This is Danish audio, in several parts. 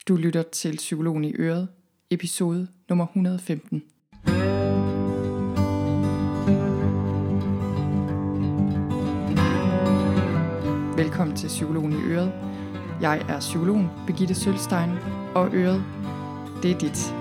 Du lytter til Psykologen i Øret, episode nummer 115. Velkommen til Psykologen i Øret. Jeg er psykologen Birgitte Sølstein, og Øret, det er dit.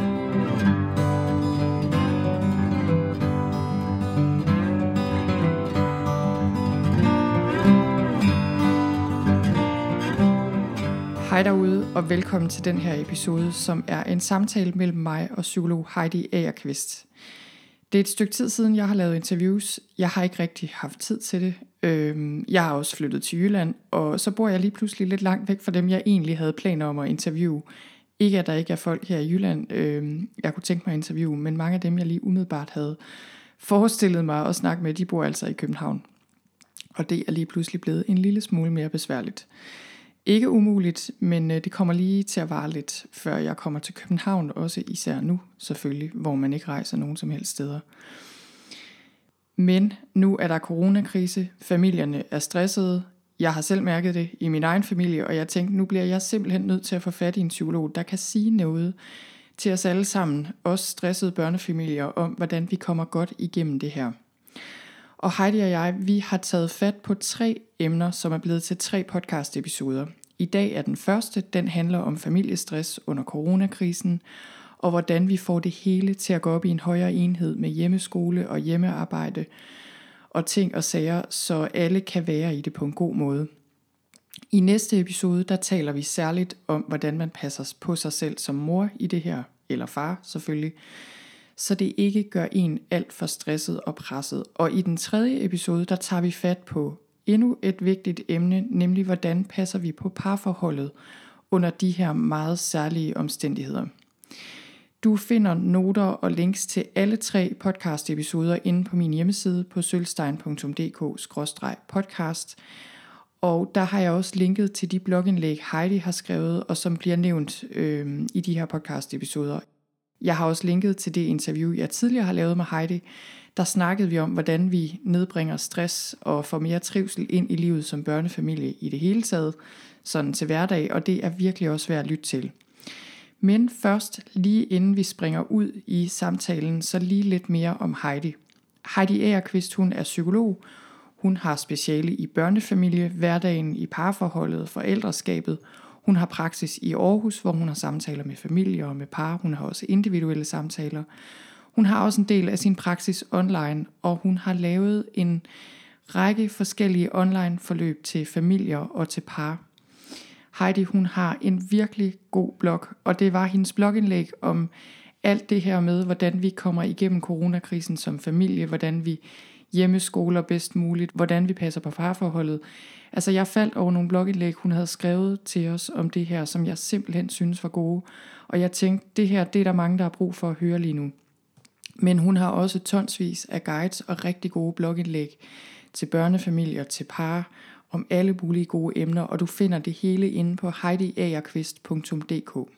Hej derude, og velkommen til den her episode, som er en samtale mellem mig og psykolog Heidi Agerqvist. Det er et stykke tid siden, jeg har lavet interviews. Jeg har ikke rigtig haft tid til det. Jeg har også flyttet til Jylland, og så bor jeg lige pludselig lidt langt væk fra dem, jeg egentlig havde planer om at interviewe. Ikke at der ikke er folk her i Jylland, jeg kunne tænke mig at interviewe, men mange af dem, jeg lige umiddelbart havde forestillet mig at snakke med, de bor altså i København. Og det er lige pludselig blevet en lille smule mere besværligt. Ikke umuligt, men det kommer lige til at vare lidt, før jeg kommer til København, også især nu selvfølgelig, hvor man ikke rejser nogen som helst steder. Men nu er der coronakrise, familierne er stressede, jeg har selv mærket det i min egen familie, og jeg tænkte, nu bliver jeg simpelthen nødt til at få fat i en psykolog, der kan sige noget til os alle sammen, også stressede børnefamilier, om hvordan vi kommer godt igennem det her. Og Heidi og jeg, vi har taget fat på 3 emner, som er blevet til 3 podcast episoder. I dag er den første, den handler om familiestress under coronakrisen, og hvordan vi får det hele til at gå op i en højere enhed med hjemmeskole og hjemmearbejde og ting og sager, så alle kan være i det på en god måde. I næste episode, der taler vi særligt om, hvordan man passer på sig selv som mor i det her, eller far selvfølgelig, så det ikke gør en alt for stresset og presset. Og i den 3. episode, der tager vi fat på endnu et vigtigt emne, nemlig hvordan passer vi på parforholdet under de her meget særlige omstændigheder. Du finder noter og links til alle 3 podcast episoder inde på min hjemmeside på sølstein.dk/podcast. Og der har jeg også linket til de blogindlæg Heidi har skrevet, og som bliver nævnt i de her podcast episoder. Jeg har også linket til det interview, jeg tidligere har lavet med Heidi. Der snakkede vi om, hvordan vi nedbringer stress og får mere trivsel ind i livet som børnefamilie i det hele taget, sådan til hverdag, og det er virkelig også værd at lytte til. Men først, lige inden vi springer ud i samtalen, så lige lidt mere om Heidi. Heidi Agerqvist, hun er psykolog. Hun har speciale i børnefamilie, hverdagen i parforholdet, forældreskabet. Hun har praksis i Aarhus, hvor hun har samtaler med familier og med par. Hun har også individuelle samtaler. Hun har også en del af sin praksis online, og hun har lavet en række forskellige online forløb til familier og til par. Heidi, hun har en virkelig god blog, og det var hendes blogindlæg om alt det her med, hvordan vi kommer igennem coronakrisen som familie, hvordan vi hjemmeskoler bedst muligt, hvordan vi passer på parforholdet. Altså jeg faldt over nogle blogindlæg, hun havde skrevet til os om det her, som jeg simpelthen synes var gode. Og jeg tænkte, det her, det er der mange, der har brug for at høre lige nu. Men hun har også tonsvis af guides og rigtig gode blogindlæg til børnefamilier, til par, om alle mulige gode emner, og du finder det hele inde på heidiagerqvist.dk.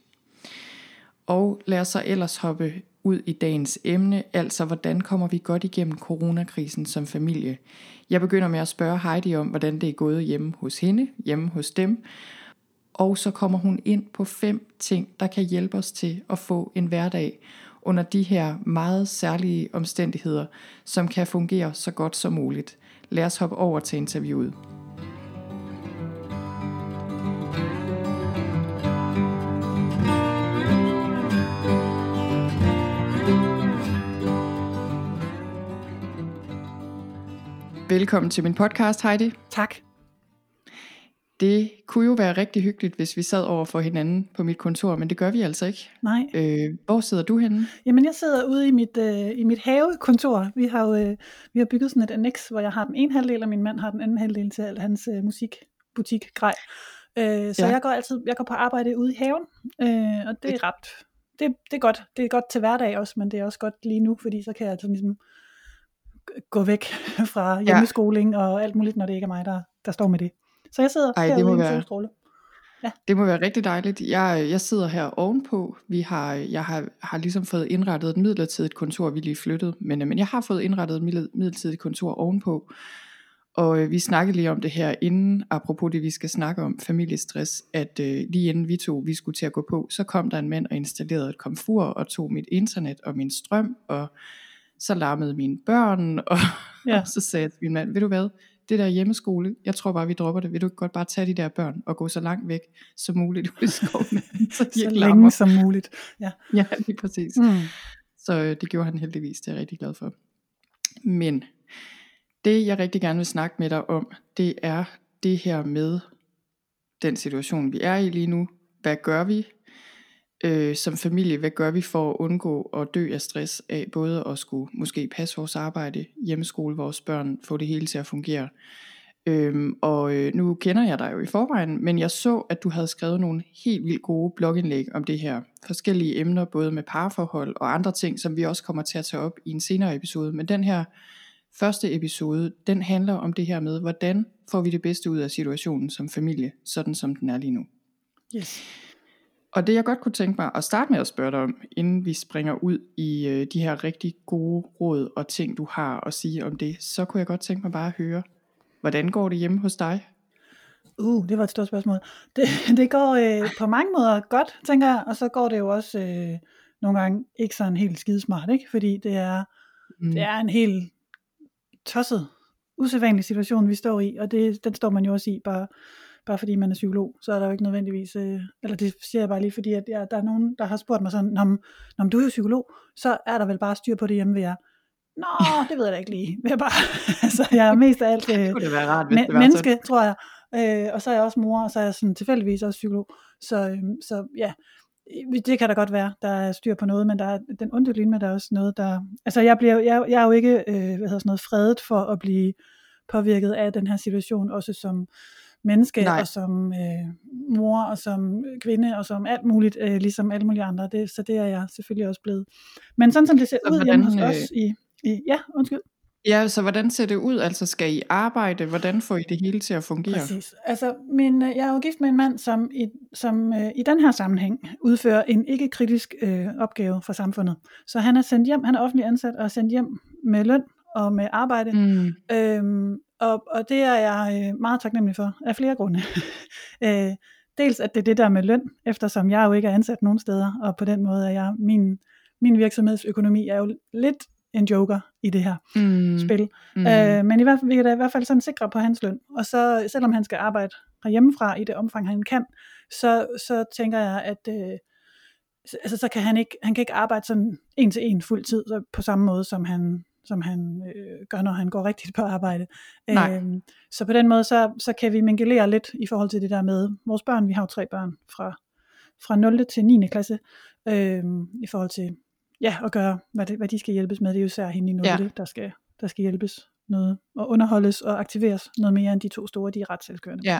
Og lad os så ellers hoppe ud i dagens emne, altså hvordan kommer vi godt igennem coronakrisen som familie. Jeg begynder med at spørge Heidi om, hvordan det er gået hjemme hos hende, hjemme hos dem, og så kommer hun ind på 5 ting, der kan hjælpe os til at få en hverdag under de her meget særlige omstændigheder, som kan fungere så godt som muligt. Lad os hoppe over til interviewet. Velkommen til min podcast, Heidi. Tak. Det kunne jo være rigtig hyggeligt, hvis vi sad over for hinanden på mit kontor, men det gør vi altså ikke. Nej. Hvor sidder du henne? Jamen jeg sidder ude i mit havekontor. Vi har bygget sådan et annex, hvor jeg har den ene halvdel, og min mand har den anden halvdel til al hans musikbutik-grej. Så jeg går på arbejde ude i haven, og det er det er godt. Det er godt til hverdag også, men det er også godt lige nu, fordi så kan jeg altså ligesom gå væk fra hjemmeskoling og alt muligt, når det ikke er mig, der står med det. Så jeg sidder herude i en solstråle. Ja. Det må være rigtig dejligt. Jeg sidder her ovenpå. Jeg har ligesom fået indrettet et midlertidigt kontor, vi lige flyttede, men jeg har fået indrettet et midlertidigt kontor ovenpå. Og vi snakkede lige om det her inden, apropos det vi skal snakke om, familiestress, at lige inden vi skulle til at gå på, så kom der en mand og installerede et komfur og tog mit internet og min strøm, og så larmede mine børn, og, og så sagde jeg til min mand, ved du hvad, det der hjemmeskole, jeg tror bare vi dropper det, vil du ikke godt bare tage de der børn og gå så langt væk som muligt ud i skoven, så længe som muligt. Ja, lige præcis. Så det gjorde han heldigvis, det er jeg rigtig glad for. Men det jeg rigtig gerne vil snakke med dig om, det er det her med den situation vi er i lige nu. Hvad gør vi som familie? Hvad gør vi for at undgå at dø af stress af både at skulle måske passe vores arbejde, hjemmeskole vores børn, få det hele til at fungere. Nu kender jeg dig jo i forvejen, men jeg så at du havde skrevet nogle helt vildt gode blogindlæg om det her. Forskellige emner både med parforhold og andre ting, som vi også kommer til at tage op i en senere episode. Men den her første episode, den handler om det her med, hvordan får vi det bedste ud af situationen som familie, sådan som den er lige nu. Yes. Og det jeg godt kunne tænke mig at starte med at spørge dig om, inden vi springer ud i de her rigtig gode råd og ting du har at sige om det, så kunne jeg godt tænke mig bare at høre, hvordan går det hjemme hos dig? Det var et stort spørgsmål. Det går på mange måder godt, tænker jeg, og så går det jo også nogle gange ikke sådan helt skidesmart, ikke? Fordi det er en helt tosset, usædvanlig situation, vi står i, og den står man jo også i, bare fordi man er psykolog, så er der jo ikke nødvendigvis, eller det siger jeg bare lige, fordi at der er nogen, der har spurgt mig sådan, når du er jo psykolog, så er der vel bare styr på det hjemme ved jer. Nå, det ved jeg da ikke lige. Altså, jeg er mest af alt det kunne det være rart, hvis det var menneske, sådan. tror jeg. Og så er jeg også mor, og så er jeg sådan tilfældigvis også psykolog. Så ja, det kan da godt være, der er styr på noget, men der er den onde linje, der er også noget, der... Altså, jeg er jo ikke fredet for at blive påvirket af den her situation, også som menneske, og som mor, og som kvinde, og som alt muligt, ligesom alle mulige andre. Så det er jeg selvfølgelig også blevet. Men sådan som det ser ud hjemme hos os Ja, så hvordan ser det ud? Altså skal I arbejde? Hvordan får I det hele til at fungere? Præcis. Altså jeg er jo gift med en mand, som i den her sammenhæng udfører en ikke-kritisk opgave for samfundet. Så han er sendt hjem, han er offentlig ansat og er sendt hjem med løn og med arbejde. Og det er jeg meget taknemmelig for, af flere grunde. Dels at det er det der med løn, eftersom jeg jo ikke er ansat nogen steder, og på den måde er min virksomhedsøkonomi er jo lidt en joker i det her spil. Men vi er da i hvert fald sådan sikre på hans løn. Og så selvom han skal arbejde herhjemmefra i det omfang han kan, så tænker jeg at altså, så kan han kan ikke arbejde sådan en til en fuld tid på samme måde som han gør, når han går rigtigt på arbejde. Så på den måde så kan vi mingelere lidt i forhold til det der med vores børn. Vi har jo 3 børn fra 0. til 9. klasse i forhold til at gøre, hvad de skal hjælpes med. Det er jo især hende i 0. Der skal hjælpes noget, og underholdes og aktiveres noget mere end de 2 store, de er ret selvkørende.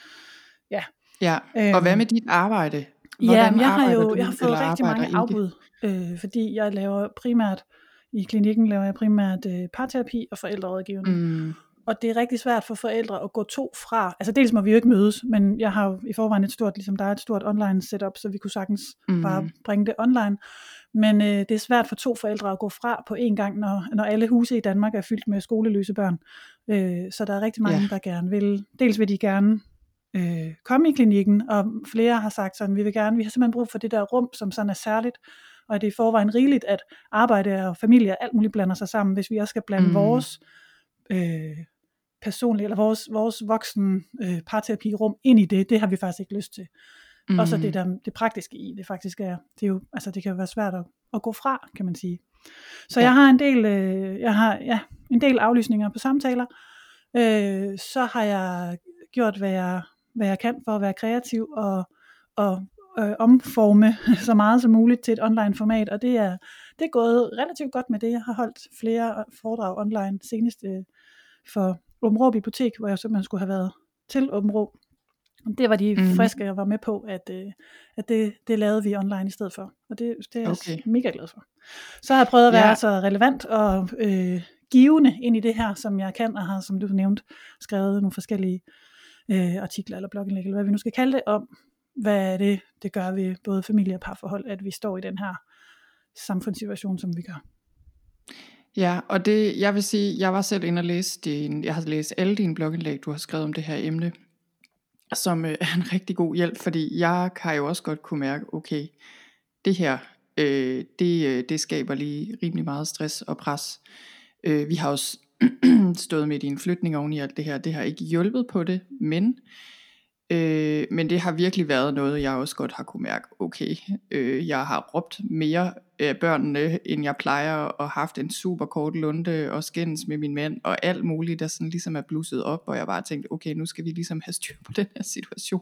Og hvad med dit arbejde? Hvordan jeg har fået rigtig mange afbud, fordi jeg laver primært i klinikken parterapi og forældrerådgivning. Og det er rigtig svært for forældre at gå 2 fra. Altså dels må vi jo ikke mødes, men jeg har jo i forvejen der er et stort online setup, så vi kunne sagtens bare bringe det online. Men det er svært for 2 forældre at gå fra på en gang, når alle huse i Danmark er fyldt med skoleløse børn. Så der er rigtig mange, der gerne vil. Dels vil de gerne komme i klinikken, og flere har sagt sådan, vi har simpelthen brug for det der rum, som sådan er særligt. Og det er i forvejen rigeligt, at arbejde og familie og alt muligt blander sig sammen, hvis vi også skal blande vores personlige, eller vores voksen parterapirum ind i det har vi faktisk ikke lyst til. Og så det praktiske i, det faktisk er, det er jo, altså det kan jo være svært at gå fra, kan man sige. Så jeg har en del aflysninger på samtaler, så har jeg gjort, hvad jeg kan for at være kreativ og omforme så meget som muligt til et online format, og det er gået relativt godt med det. Jeg har holdt flere foredrag online, senest for Aabenraa Bibliotek, hvor jeg simpelthen skulle have været til Aabenraa. Det var de friske, jeg var med på, at det lavede vi online i stedet for, og det er jeg mega glad for. Så har jeg prøvet at være så relevant og givende ind i det her, som jeg kan, og har, som du nævnte, skrevet nogle forskellige artikler eller blogindlæg, eller hvad vi nu skal kalde det, om hvad det gør ved både familie og parforhold, at vi står i den her samfundssituation, som vi gør. Ja, og det, jeg vil sige, jeg var selv inde og læse jeg har læst alle dine blogindlæg, du har skrevet om det her emne, som er en rigtig god hjælp, fordi jeg har jo også godt kunne mærke, okay, det her, det skaber lige rimelig meget stress og pres. Vi har også stået midt i en flytning oven i alt det her, det har ikke hjulpet på det, men det har virkelig været noget, jeg også godt har kunne mærke, okay, jeg har råbt mere af børnene, end jeg plejer, og haft en super kort lunde, og skændes med min mand, og alt muligt, der sådan ligesom er blusset op, og jeg bare tænkte, okay, nu skal vi ligesom have styr på den her situation.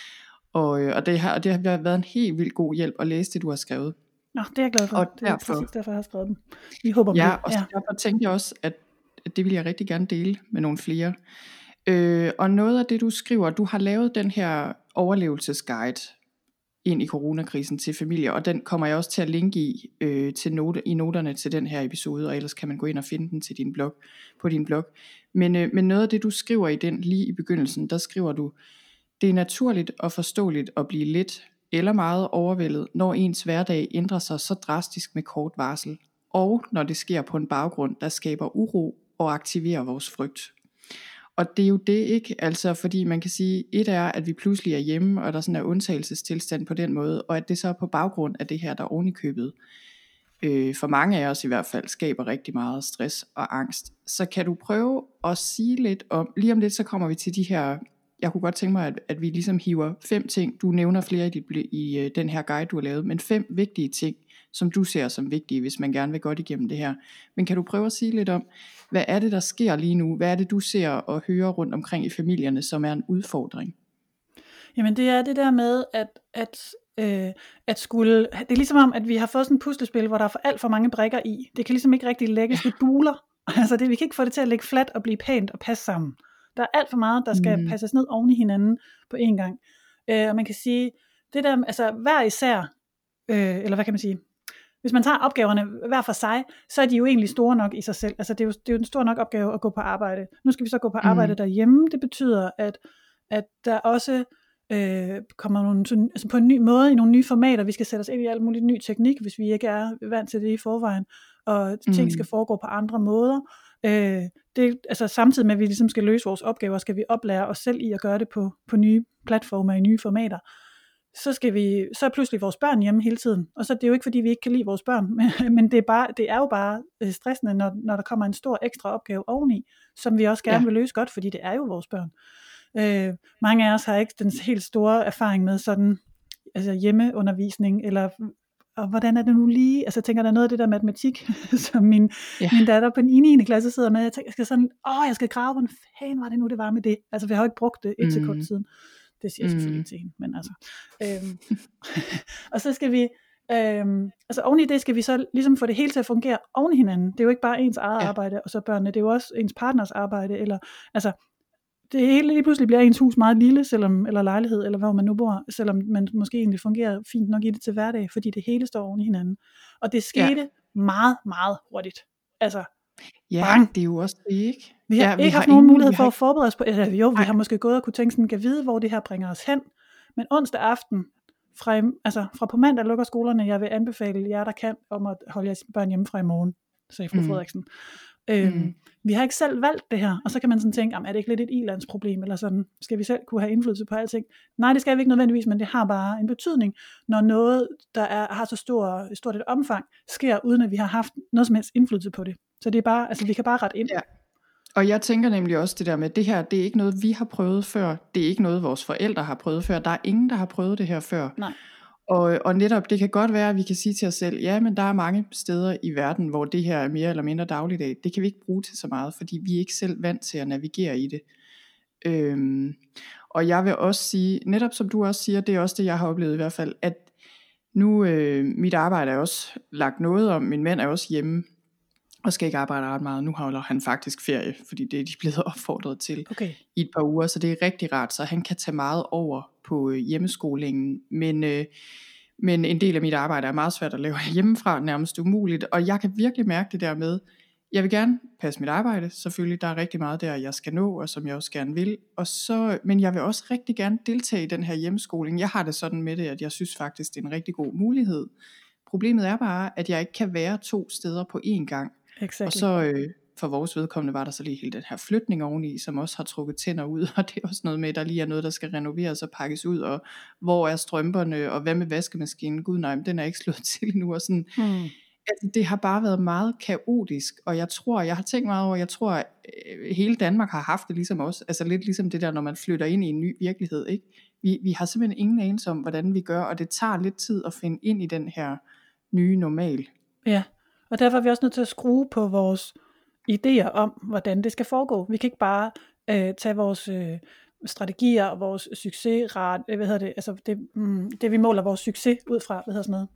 Og det har været en helt vildt god hjælp at læse det, du har skrevet. Nå, det er jeg glad for. Og det er præcis derfor, jeg har skrevet dem. Vi håber på ja, det. og så derfor tænkte jeg også, at det vil jeg rigtig gerne dele med nogle flere. Og noget af det du skriver, du har lavet den her overlevelsesguide ind i coronakrisen til familier, og den kommer jeg også til at linke i noterne til den her episode, og ellers kan man gå ind og finde den til på din blog. Men noget af det du skriver i den lige i begyndelsen, der skriver du: det er naturligt og forståeligt at blive lidt eller meget overvældet, når ens hverdag ændrer sig så drastisk med kort varsel, og når det sker på en baggrund, der skaber uro og aktiverer vores frygt. Og det er jo det ikke, altså fordi man kan sige, et er, at vi pludselig er hjemme, og der sådan er undtagelsestilstand på den måde, og at det så er på baggrund af det her, der oven i købet, for mange af os i hvert fald, skaber rigtig meget stress og angst. Så kan du prøve at sige lidt om, lige om lidt så kommer vi til de her, jeg kunne godt tænke mig, at vi ligesom hiver 5 ting, du nævner flere i den her guide, du har lavet, men 5 vigtige ting, som du ser som vigtige, hvis man gerne vil godt igennem det her. Men kan du prøve at sige lidt om, hvad er det, der sker lige nu? Hvad er det, du ser og hører rundt omkring i familierne, som er en udfordring? Jamen det er det der med, at skulle, det er ligesom om, at vi har fået sådan et puslespil, hvor der er alt for mange brikker i. Det kan ligesom ikke rigtig lægges i buler. Altså vi kan ikke få det til at ligge fladt og blive pænt og passe sammen. Der er alt for meget, der skal passes ned oven i hinanden på én gang. Og man kan sige, det der, altså hver især, eller hvad kan man sige, hvis man tager opgaverne hver for sig, så er de jo egentlig store nok i sig selv. Altså det er jo en stor nok opgave at gå på arbejde. Nu skal vi så gå på arbejde derhjemme. Det betyder, at der også kommer nogle, altså på en ny måde i nogle nye formater. Vi skal sætte os ind i alt muligt ny teknik, hvis vi ikke er vant til det i forvejen. Og ting skal foregå på andre måder. Altså samtidig med, at vi ligesom skal løse vores opgaver, skal vi oplære os selv i at gøre det på nye platformer, i nye formater. Så er pludselig vores børn hjemme hele tiden. Og så er det jo ikke, fordi vi ikke kan lide vores børn, men det er jo bare stressende, når der kommer en stor ekstra opgave oveni, som vi også gerne vil løse godt, fordi det er jo vores børn. Mange af os har ikke den helt store erfaring med sådan altså hjemmeundervisning, eller og hvordan er det nu lige, altså jeg tænker, der er noget af det der matematik, som min datter på den 9. klasse sidder med, jeg tænker, jeg skal grave, hvordan fanden var det nu, det var med det, altså vi har jo ikke brugt det et sekund siden, det siger jeg selvfølgelig til hende, men altså, og så skal vi, altså oven i det skal vi så ligesom få det hele til at fungere oven i hinanden, det er jo ikke bare ens eget arbejde, og så børnene, det er jo også ens partners arbejde, eller altså, det hele lige pludselig bliver ens hus meget lille, eller lejlighed, eller hvor man nu bor, selvom man måske egentlig fungerer fint nok i det til hverdag, fordi det hele står oven i hinanden. Og det skete meget, meget hurtigt. Altså, bang. Det er jo også det, ikke? Vi har ikke haft nogen mulighed for at forberede os på, eller jo, vi har måske gået og kunne tænke sådan, kan vide, hvor det her bringer os hen. Men onsdag aften, fra på mandag lukker skolerne, jeg vil anbefale jer, der kan, om at holde jeres børn hjemmefra i morgen, sagde fru Frederiksen. Vi har ikke selv valgt det her, og så kan man sådan tænke, er det ikke lidt et ilandsproblem, eller sådan, skal vi selv kunne have indflydelse på alting? Nej, det skal vi ikke nødvendigvis, men det har bare en betydning, når noget, der har så stort et omfang, sker, uden at vi har haft noget som helst indflydelse på det. Så det er bare, altså vi kan bare rette ind. Ja. Og jeg tænker nemlig også det der med, det her, det er ikke noget, vi har prøvet før, det er ikke noget, vores forældre har prøvet før, der er ingen, der har prøvet det her før. Nej. Og netop, det kan godt være, at vi kan sige til os selv, ja, men der er mange steder i verden, hvor det her er mere eller mindre dagligdag. Det kan vi ikke bruge til så meget, fordi vi er ikke selv vant til at navigere i det. Og jeg vil også sige, netop som du også siger, det er også det, jeg har oplevet i hvert fald, at nu, mit arbejde er også lagt noget om, min mand er også hjemme, og skal ikke arbejde ret meget. Nu holder han faktisk ferie, fordi det er de blevet opfordret til i et par uger, så det er rigtig rart, så han kan tage meget over på hjemmeskolingen, men en del af mit arbejde er meget svært at lave hjemmefra, nærmest umuligt, og jeg kan virkelig mærke det der med, jeg vil gerne passe mit arbejde, selvfølgelig, der er rigtig meget der, jeg skal nå, og som jeg også gerne vil, men jeg vil også rigtig gerne deltage i den her hjemmeskoling. Jeg har det sådan med det, at jeg synes faktisk, det er en rigtig god mulighed. Problemet er bare, at jeg ikke kan være 2 steder på én gang. Exactly. Og så for vores vedkommende var der så lige hele den her flytning oveni, som også har trukket tænder ud, og det er også noget med, at der lige er noget, der skal renoveres og pakkes ud, og hvor er strømperne, og hvad med vaskemaskinen, gud nej, men den er ikke slået til endnu, og sådan. Altså, det har bare været meget kaotisk, og jeg har tænkt meget over, jeg tror, at hele Danmark har haft det ligesom os, altså lidt ligesom det der, når man flytter ind i en ny virkelighed, ikke? Vi har simpelthen ingen anelse om, hvordan vi gør, og det tager lidt tid at finde ind i den her nye normal. Ja, og derfor er vi også nødt til at skrue på vores idéer om, hvordan det skal foregå. Vi kan ikke bare tage vores strategier og vores succesrate, altså det vi måler vores succes ud fra,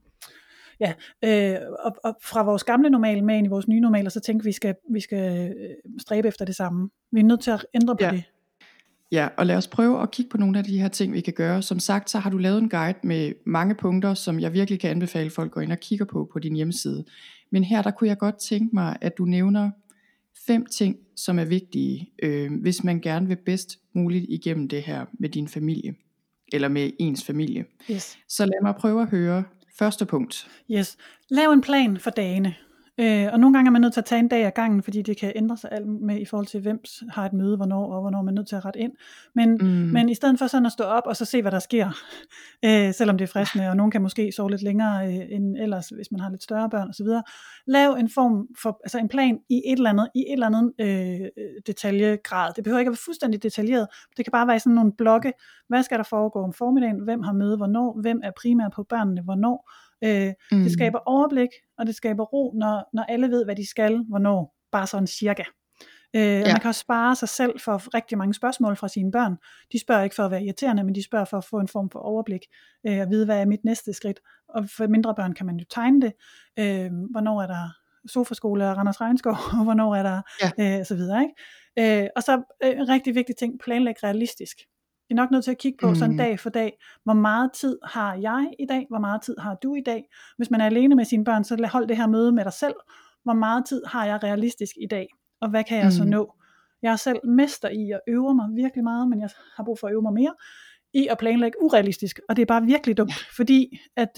og fra vores gamle normal med ind i vores nye normal, og så tænker vi skal stræbe efter det samme. Vi er nødt til at ændre på det. Ja, og lad os prøve at kigge på nogle af de her ting, vi kan gøre. Som sagt, så har du lavet en guide med mange punkter, som jeg virkelig kan anbefale folk går ind og kigger på din hjemmeside. Men her, der kunne jeg godt tænke mig, at du nævner 5 ting, som er vigtige, hvis man gerne vil bedst muligt igennem det her med din familie, eller med ens familie. Yes. Så lad mig prøve at høre første punkt. Yes. Lav en plan for dagene. Og nogle gange er man nødt til at tage en dag ad gangen, fordi det kan ændre sig alt med i forhold til hvem har et møde, hvornår man er nødt til at rette ind. Men i stedet for sådan at stå op og så se hvad der sker, selvom det er fristende, og nogen kan måske sove lidt længere end ellers, hvis man har lidt større børn osv. Lav en form for, altså en plan i et eller andet detaljegrad. Det behøver ikke at være fuldstændig detaljeret. Det kan bare være sådan nogle blokke. Hvad skal der foregå om formiddagen? Hvem har møde hvornår? Hvem er primær på børnene hvornår? Det skaber overblik, og det skaber ro, når alle ved, hvad de skal, hvornår, bare sådan cirka. Og man kan også spare sig selv for rigtig mange spørgsmål fra sine børn. De spørger ikke for at være irriterende, men de spørger for at få en form for overblik, og vide, hvad er mit næste skridt. Og for mindre børn kan man jo tegne det. Hvornår er der sofaskole og Randers Regnskov, og hvornår er der, så videre, ikke? Og så en rigtig vigtig ting, planlæg realistisk. I er nok nødt til at kigge på sådan dag for dag, hvor meget tid har jeg i dag, hvor meget tid har du i dag. Hvis man er alene med sine børn, så hold det her møde med dig selv. Hvor meget tid har jeg realistisk i dag, og hvad kan jeg så nå? Jeg er selv mester i at øve mig virkelig meget, men jeg har brug for at øve mig mere, i at planlægge urealistisk. Og det er bare virkelig dumt, fordi at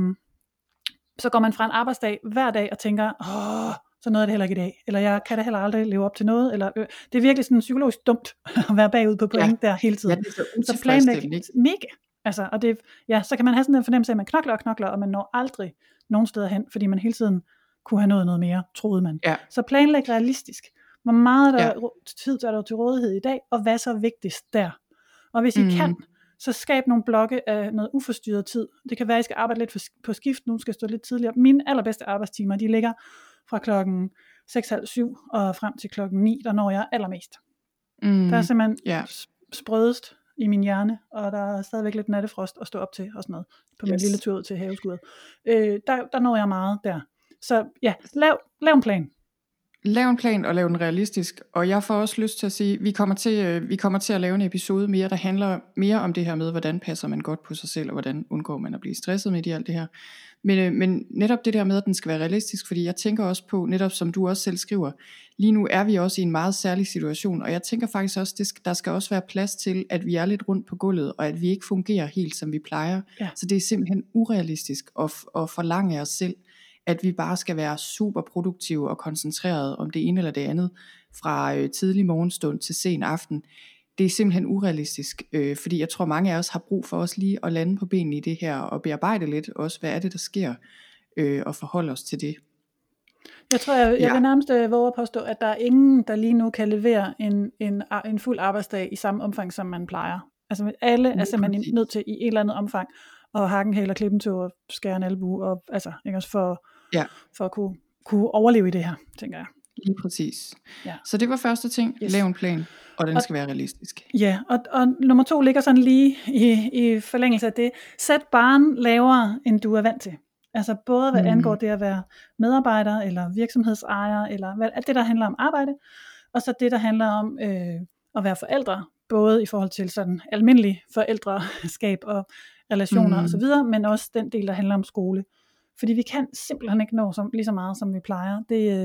så går man fra en arbejdsdag hver dag og tænker, så nåede jeg det heller ikke i dag, eller jeg kan da heller aldrig leve op til noget, eller det er virkelig sådan psykologisk dumt at være bagud på point der hele tiden. Ja, det er så planlæg mega. Altså, og det, så kan man have sådan en fornemmelse af, at man knokler, og man når aldrig nogen steder hen, fordi man hele tiden kunne have nået noget mere, troede man. Ja. Så planlæg realistisk. Hvor meget tid er der til rådighed i dag, og hvad så vigtigst der? Og hvis I kan, så skab nogle blokke af noget uforstyrret tid. Det kan være, at I skal arbejde lidt på skift, nu skal jeg stå lidt tidligere. Mine allerbedste arbejdstimer, de ligger fra klokken 6:30 og frem til klokken 9, der når jeg allermest. Der er simpelthen sprødest i min hjerne, og der er stadigvæk lidt nattefrost at stå op til og sådan noget, på min lille tur ud til haveskuret. Der når jeg meget der. Så ja, lav en plan. Lav en plan og lav den realistisk, og jeg får også lyst til at sige, vi kommer til at lave en episode mere, der handler mere om det her med, hvordan passer man godt på sig selv, og hvordan undgår man at blive stresset med alt det her. Men netop det der med, at den skal være realistisk, fordi jeg tænker også på, netop som du også selv skriver, lige nu er vi også i en meget særlig situation, og jeg tænker faktisk også, der skal også være plads til, at vi er lidt rundt på gulvet, og at vi ikke fungerer helt som vi plejer. Ja. Så det er simpelthen urealistisk at forlange af os selv, at vi bare skal være super produktive og koncentrerede om det ene eller det andet, fra tidlig morgenstund til sen aften. Det er simpelthen urealistisk, fordi jeg tror mange af os har brug for os lige at lande på benene i det her, og bearbejde lidt også, hvad er det der sker, og forholde os til det. Jeg tror, jeg vil nærmest våge at påstå, at der er ingen, der lige nu kan levere en fuld arbejdsdag i samme omfang, som man plejer. Altså alle er simpelthen nødt til i et eller andet omfang at hakke en hæl og klippe en tå og skære en albue, og, altså, ikke også for at kunne overleve i det her, tænker jeg. Lige præcis. Ja. Så det var første ting, lav en plan, og den skal være realistisk. Ja, og nummer 2 ligger sådan lige i forlængelse af det. Sæt barren lavere, end du er vant til. Altså både hvad angår det at være medarbejder, eller virksomhedsejer, eller alt det, der handler om arbejde, og så det, der handler om at være forældre, både i forhold til sådan almindelig forældreskab og relationer og så videre, men også den del, der handler om skole. Fordi vi kan simpelthen ikke nå lige så meget, som vi plejer.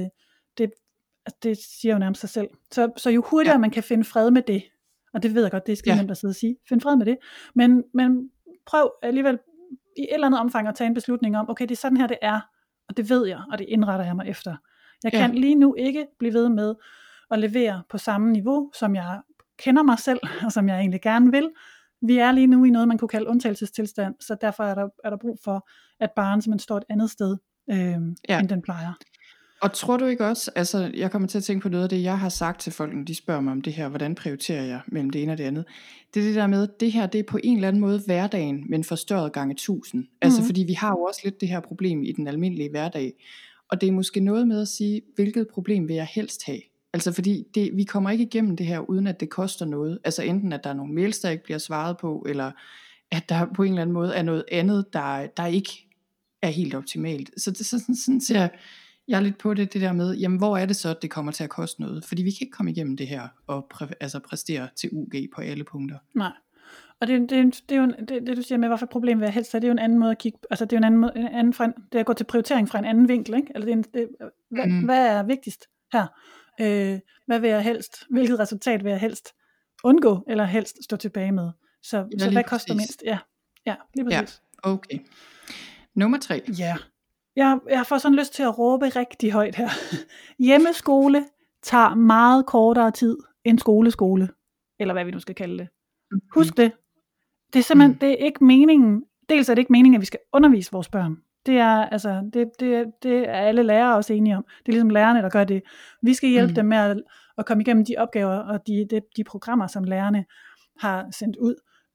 Det siger jo nærmest sig selv. Så jo hurtigere man kan finde fred med det, og det ved jeg godt, det er skide nemt at sidde og sige, find fred med det, men prøv alligevel i et eller andet omfang at tage en beslutning om, okay, det er sådan her det er, og det ved jeg, og det indretter jeg mig efter. Jeg kan lige nu ikke blive ved med at levere på samme niveau, som jeg kender mig selv, og som jeg egentlig gerne vil. Vi er lige nu i noget, man kunne kalde undtagelsestilstand, så derfor er der brug for, at barnet simpelthen står et andet sted, end den plejer. Og tror du ikke også, altså jeg kommer til at tænke på noget af det, jeg har sagt til folk, når de spørger mig om det her, hvordan prioriterer jeg mellem det ene og det andet. Det er det der med, det her det er på en eller anden måde hverdagen, men forstørret gange 1000. Altså fordi vi har jo også lidt det her problem i den almindelige hverdag. Og det er måske noget med at sige, hvilket problem vil jeg helst have? Altså fordi vi kommer ikke igennem det her, uden at det koster noget. Altså enten at der er nogle mails, der ikke bliver svaret på, eller at der på en eller anden måde er noget andet, der ikke er helt optimalt. Så det sådan ser jeg er lidt på det der med, jamen hvor er det så, at det kommer til at koste noget? Fordi vi kan ikke komme igennem det her og præstere til UG på alle punkter. Nej. Og det er jo det du siger med, hvorfor problemet er helst, så det er jo en anden måde at kigge, altså det er jo en anden det er at gå til prioritering fra en anden vinkel, ikke? Eller hvad er vigtigst her? Hvad vil jeg helst? Hvilket resultat vil jeg helst undgå, eller helst stå tilbage med? Så hvad koster mindst? Ja, lige præcis. Ja, okay. Nummer 3. Ja. Jeg får sådan lyst til at råbe rigtig højt her. Hjemmeskole tager meget kortere tid end skole. Eller hvad vi nu skal kalde det. Husk det. Det er simpelthen det er ikke meningen. Dels er det ikke meningen, at vi skal undervise vores børn. Det er alle lærere også enige om. Det er ligesom lærerne, der gør det. Vi skal hjælpe dem med at komme igennem de opgaver og de programmer, som lærerne har sendt ud.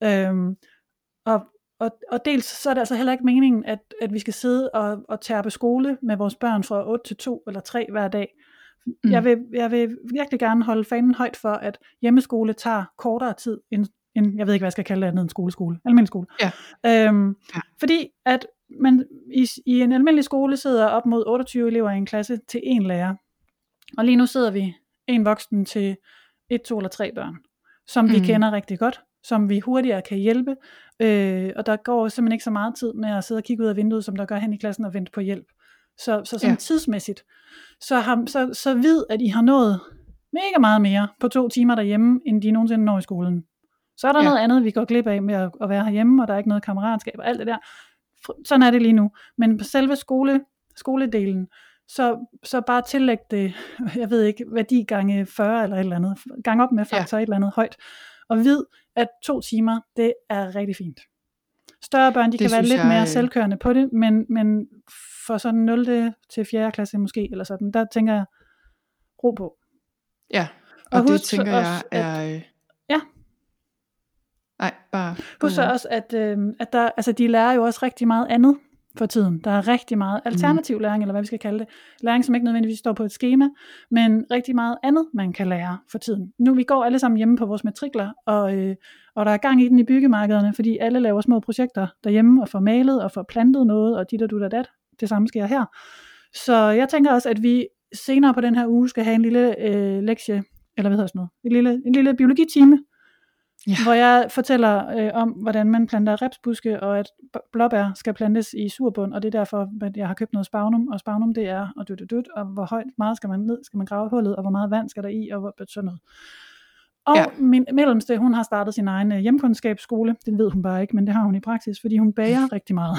Og dels så er det altså heller ikke meningen, at vi skal sidde og tærpe skole med vores børn fra 8 til 2 eller 3 hver dag. Jeg vil virkelig gerne holde fanen højt for, at hjemmeskole tager kortere tid end jeg ved ikke, hvad jeg skal kalde det andet end skole. Almindelig skole. Ja. Fordi at man i en almindelig skole sidder op mod 28 elever i en klasse til en lærer. Og lige nu sidder vi en voksen til 1, 2 eller 3 børn, som vi kender rigtig godt, som vi hurtigere kan hjælpe, og der går simpelthen ikke så meget tid med at sidde og kigge ud af vinduet, som der gør hen i klassen og vente på hjælp. Så sådan tidsmæssigt, så vid, at I har nået mega meget mere på 2 timer derhjemme, end de nogensinde når i skolen. Så er der noget andet, vi går glip af med at være herhjemme, og der er ikke noget kammeratskab og alt det der. Sådan er det lige nu. Men på selve skoledelen, så bare tillæg det, jeg ved ikke, værdi gange 40 eller et eller andet. Gang op med faktor et eller andet højt. Og vid, at 2 timer, det er rigtig fint. Større børn, de kan være lidt mere selvkørende på det, men for sådan 0. til 4. klasse måske, eller sådan, der tænker jeg, ro på. Ja, og det tænker jeg er... Nej, bare... Husk også, at der, altså de lærer jo også rigtig meget andet for tiden. Der er rigtig meget alternativ læring, eller hvad vi skal kalde det. Læring, som ikke nødvendigvis står på et skema, men rigtig meget andet, man kan lære for tiden. Nu vi går alle sammen hjemme på vores matrikler, og der er gang i den i byggemarkederne, fordi alle laver små projekter derhjemme, og får malet, og får plantet noget, og dit og dut og dat. Det samme sker her. Så jeg tænker også, at vi senere på den her uge skal have en lille lektie, eller hvad hedder sådan noget, en lille biologitime, hvor jeg fortæller om, hvordan man planter repsbuske, og at blåbær skal plantes i surbund, og det er derfor, at jeg har købt noget spagnum, og spagnum det er, og hvor højt meget skal man grave hullet, og hvor meget vand skal der i, og sådan noget. Og min mellemste, hun har startet sin egen hjemkundskabsskole, det ved hun bare ikke, men det har hun i praksis, fordi hun bager rigtig meget.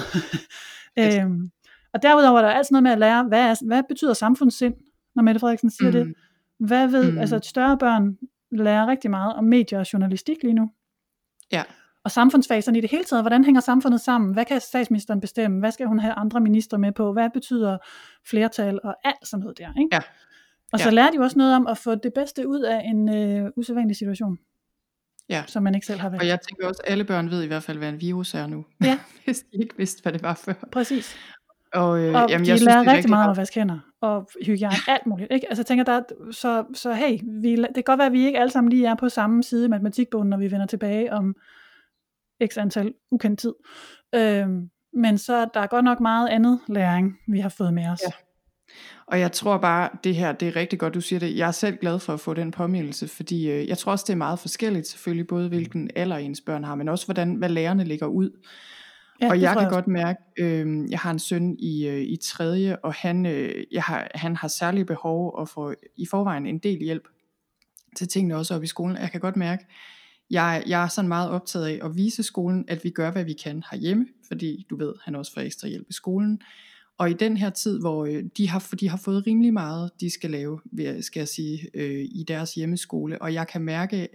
Og derudover er der altid noget med at lære, hvad betyder samfundssind, når Mette Frederiksen siger det? Hvad ved, altså større børn lærer rigtig meget om medier og journalistik lige nu. Ja. Og samfundsfagerne i det hele taget. Hvordan hænger samfundet sammen? Hvad kan statsministeren bestemme? Hvad skal hun have andre ministre med på? Hvad betyder flertal og alt sådan noget der? Ikke? Ja. Og så lærer de jo også noget om at få det bedste ud af en usædvanlig situation. Ja. Som man ikke selv har valgt. Og jeg tænker også, at alle børn ved i hvert fald, hvad en virus er nu. Ja. Hvis de ikke vidste, hvad det var før. Præcis. Og de lærer rigtig meget om at vaske hænder og hygiejne, alt muligt, ikke? Altså jeg tænker, så hey, det kan godt være, at vi ikke alle sammen lige er på samme side i matematikbogen, når vi vender tilbage om x antal ukendt tid. Men så der er godt nok meget andet læring, vi har fået med os. Ja. Og jeg tror bare, det her, det er rigtig godt, du siger det. Jeg er selv glad for at få den påmindelse, fordi jeg tror også, det er meget forskelligt, selvfølgelig, både hvilken alder ens børn har, men også hvad lærerne lægger ud. Ja, og jeg kan godt mærke, jeg har en søn i 3. og han har særlige behov og får i forvejen en del hjælp til tingene også op i skolen. Jeg kan godt mærke, jeg er sådan meget optaget af at vise skolen, at vi gør, hvad vi kan herhjemme, fordi du ved, han også får ekstra hjælp i skolen. Og i den her tid, hvor de har fået rimelig meget, de skal lave, skal jeg sige, i deres hjemmeskole, og jeg kan mærke,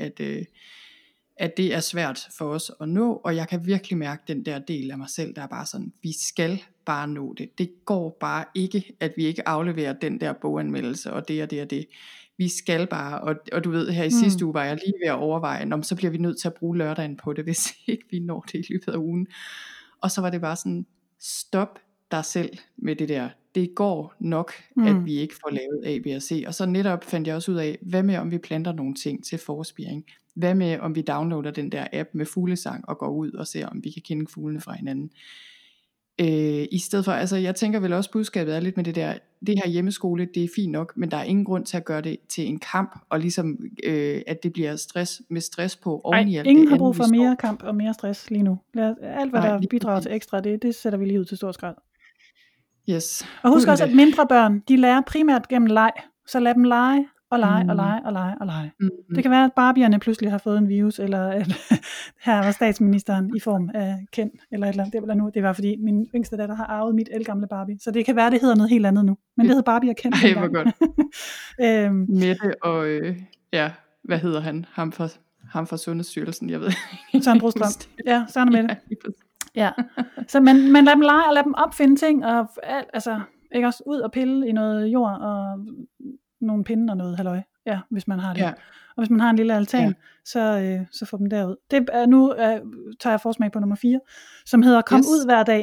at det er svært for os at nå, og jeg kan virkelig mærke den der del af mig selv, der er bare sådan, vi skal bare nå det. Det går bare ikke, at vi ikke afleverer den der boganmeldelse, og det og det og det. Vi skal bare, og du ved, her i sidste uge var jeg lige ved at overveje, så bliver vi nødt til at bruge lørdagen på det, hvis ikke vi når det i løbet af ugen. Og så var det bare sådan, stop dig selv med det der. Det går nok, at vi ikke får lavet A, B og C. Og så netop fandt jeg også ud af, hvad med om vi planter nogle ting til forspiring? Hvad med om vi downloader den der app med fuglesang og går ud og ser, om vi kan kende fuglene fra hinanden? I stedet for, altså jeg tænker vel også, budskabet er lidt med det der, det her hjemmeskole, det er fint nok, men der er ingen grund til at gøre det til en kamp, og ligesom at det bliver stress på oveni alt det. Ingen har brug for mere kamp og mere stress lige nu. Alt hvad der bidrager til ekstra, det sætter vi lige ud til stor skrald. Yes. Og husk også, at mindre børn, de lærer primært gennem leg, så lad dem lege og lege og lege og lege og lege. Det kan være, at Barbierne pludselig har fået en virus, eller at her var statsministeren i form af Ken, eller et eller andet. Det var fordi min yngste datter har arvet mit ældgamle Barbie, så det kan være, det hedder noget helt andet nu. Men det hedder Barbie og Ken. Ej, hvor godt. Mette og, hvad hedder han? Ham fra Sundhedsstyrelsen, jeg ved ikke. Søren Brostrøm. Ja, Søren og Mette. Ja, så men lad dem lege, og lad dem opfinde ting, og altså, ikke også ud og pille i noget jord, og nogle pinde og noget halløj, hvis man har det. Ja. Og hvis man har en lille altan, så får dem derud. Det er nu, tager jeg forsmag på nummer 4, som hedder Kom ud hver dag.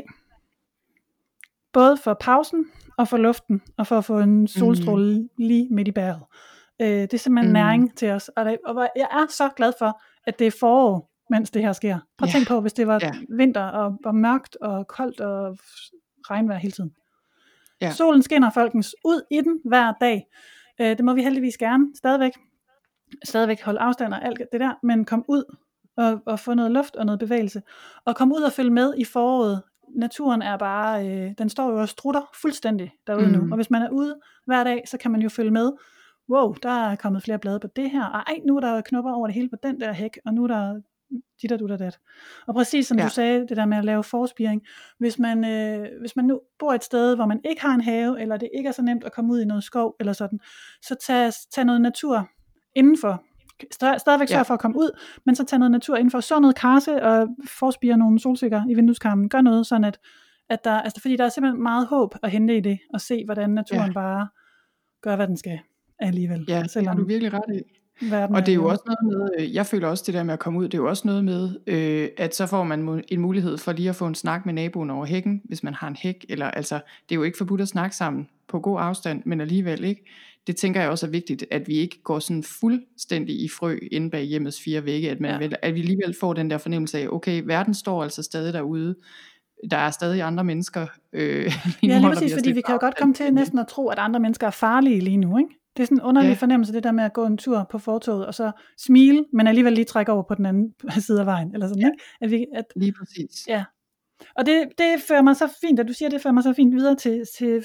Både for pausen, og for luften, og for at få en solstråle lige midt i bæret. Det er simpelthen næring til os, og jeg er så glad for, at det er forår, mens det her sker. Prøv at tænke på, hvis det var vinter, og mørkt, og koldt, og regnvejr hele tiden. Ja. Solen skinner, folkens, ud i den hver dag. Det må vi heldigvis gerne, stadigvæk holde afstand og alt det der, men kom ud og få noget luft og noget bevægelse, og kom ud og følge med i foråret. Naturen er bare, den står jo og strutter fuldstændig derude nu, og hvis man er ude hver dag, så kan man jo følge med. Wow, der er kommet flere blade på det her, og nu er der knopper over det hele på den der hæk, og nu er der dit og dat. Og præcis som du sagde, det der med at lave forspiring, hvis man nu bor et sted, hvor man ikke har en have, eller det ikke er så nemt at komme ud i noget skov, eller sådan, så tag noget natur indenfor. Stadigvæk sørg for at komme ud, men så tag noget natur indenfor, så noget karse, og forspire nogle solsikker i vindueskarmen, gør noget sådan, at der, altså fordi der er simpelthen meget håb at hente i det, og se hvordan naturen bare gør, hvad den skal alligevel. Ja, det har du virkelig ret i. Og det er jo også noget med, jeg føler også det der med at komme ud, det er jo også noget med, at så får man en mulighed for lige at få en snak med naboen over hækken, hvis man har en hæk, eller altså, det er jo ikke forbudt at snakke sammen på god afstand, men alligevel ikke. Det tænker jeg også er vigtigt, at vi ikke går sådan fuldstændig i frø inde bag hjemmets 4 vægge, at vi alligevel får den der fornemmelse af, okay, verden står altså stadig derude, der er stadig andre mennesker. Lige præcis, fordi vi kan jo godt komme til næsten at tro, at andre mennesker er farlige lige nu, ikke? Det er sådan en underlig fornemmelse, det der med at gå en tur på fortovet, og så smile, men alligevel lige trække over på den anden side af vejen, eller sådan, ikke? Lige præcis. Ja. Og det fører mig så fint, at du siger, det fører mig så fint videre til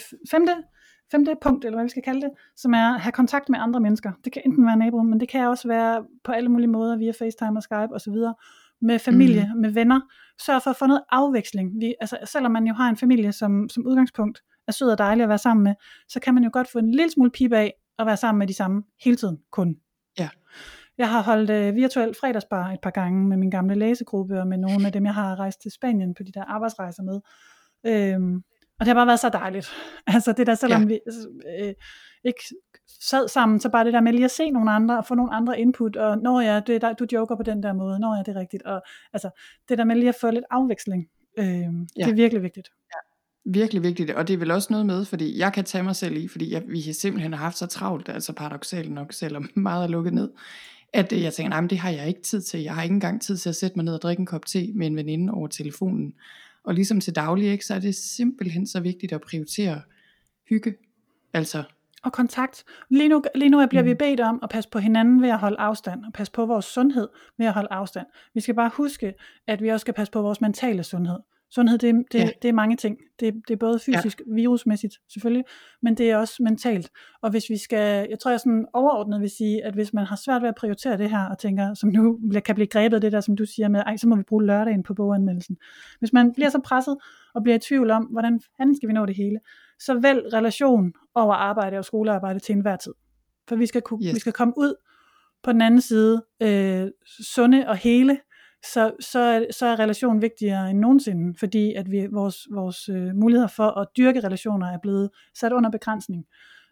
femte punkt, eller hvad vi skal kalde det, som er at have kontakt med andre mennesker. Det kan enten være naboer, men det kan også være på alle mulige måder, via FaceTime og Skype osv., med familie, med venner. Sørg for at få noget afveksling. Altså, selvom man jo har en familie, som udgangspunkt er sød og dejlig at være sammen med, så kan man jo godt få en lille smule pip af at være sammen med de samme hele tiden kun. Ja. Jeg har holdt virtuel fredagsbar et par gange med min gamle læsegruppe, og med nogle af dem, jeg har rejst til Spanien på de der arbejdsrejser med. Og det har bare været så dejligt. Altså det der, selvom vi ikke sad sammen, så bare det der med lige at se nogle andre, og få nogle andre input, og du joker på den der måde, det er rigtigt, og altså det der med lige at få lidt afveksling, det er virkelig vigtigt. Ja. Virkelig vigtigt, og det er vel også noget med, fordi jeg kan tage mig selv i, fordi vi simpelthen har haft så travlt, altså paradoksalt nok, selvom meget er lukket ned, at jeg tænker, nej, men det har jeg ikke tid til. Jeg har ikke engang tid til at sætte mig ned og drikke en kop te med en veninde over telefonen. Og ligesom til daglig, ikke, så er det simpelthen så vigtigt at prioritere hygge, altså. Og kontakt. Lige nu bliver vi bedt om at passe på hinanden ved at holde afstand, og passe på vores sundhed ved at holde afstand. Vi skal bare huske, at vi også skal passe på vores mentale sundhed. Sundhed, det er mange ting. Det er både fysisk, virusmæssigt selvfølgelig, men det er også mentalt. Og hvis vi skal, jeg tror jeg sådan overordnet vil sige, at hvis man har svært ved at prioritere det her, og tænker, som nu kan blive grebet det der, som du siger med, så må vi bruge lørdagen på boganmeldelsen. Hvis man bliver så presset, og bliver i tvivl om, hvordan fanden skal vi nå det hele, så vælg relation over arbejde og skolearbejde til enhver tid. For vi skal komme ud på den anden side sunde og hele, så er relationen vigtigere end nogensinde, fordi at vores muligheder for at dyrke relationer er blevet sat under begrænsning.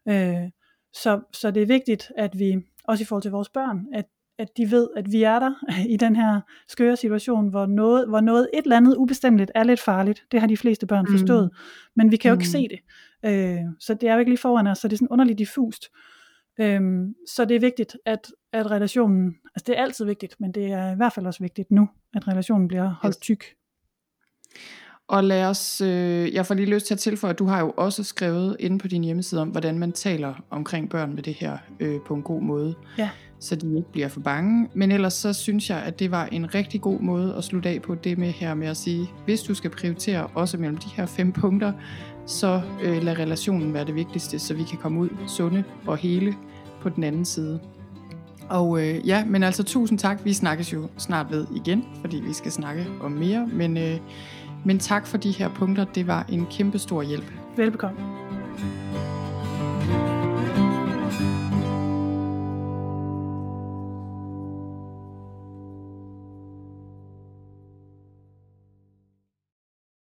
Så det er vigtigt, at vi, også i forhold til vores børn, at de ved, at vi er der i den her skøre situation, hvor noget et eller andet ubestemmeligt er lidt farligt. Det har de fleste børn forstået, men vi kan jo ikke se det. Så det er jo ikke lige foran os, så det er sådan underligt diffust. Så det er vigtigt, at relationen, altså det er altid vigtigt, men det er i hvert fald også vigtigt nu, at relationen bliver holdt tyk. Og lad os, jeg får lige lyst til at tilføje, at du har jo også skrevet inde på din hjemmeside om, hvordan man taler omkring børn med det her på en god måde, så de ikke bliver for bange. Men ellers så synes jeg, at det var en rigtig god måde at slutte af på det med her med at sige, hvis du skal prioritere også mellem de her 5 punkter, så lad relationen være det vigtigste, så vi kan komme ud sunde og hele på den anden side. Og men altså tusind tak. Vi snakkes jo snart ved igen, fordi vi skal snakke om mere. Men tak for de her punkter. Det var en kæmpe stor hjælp. Velbekomme.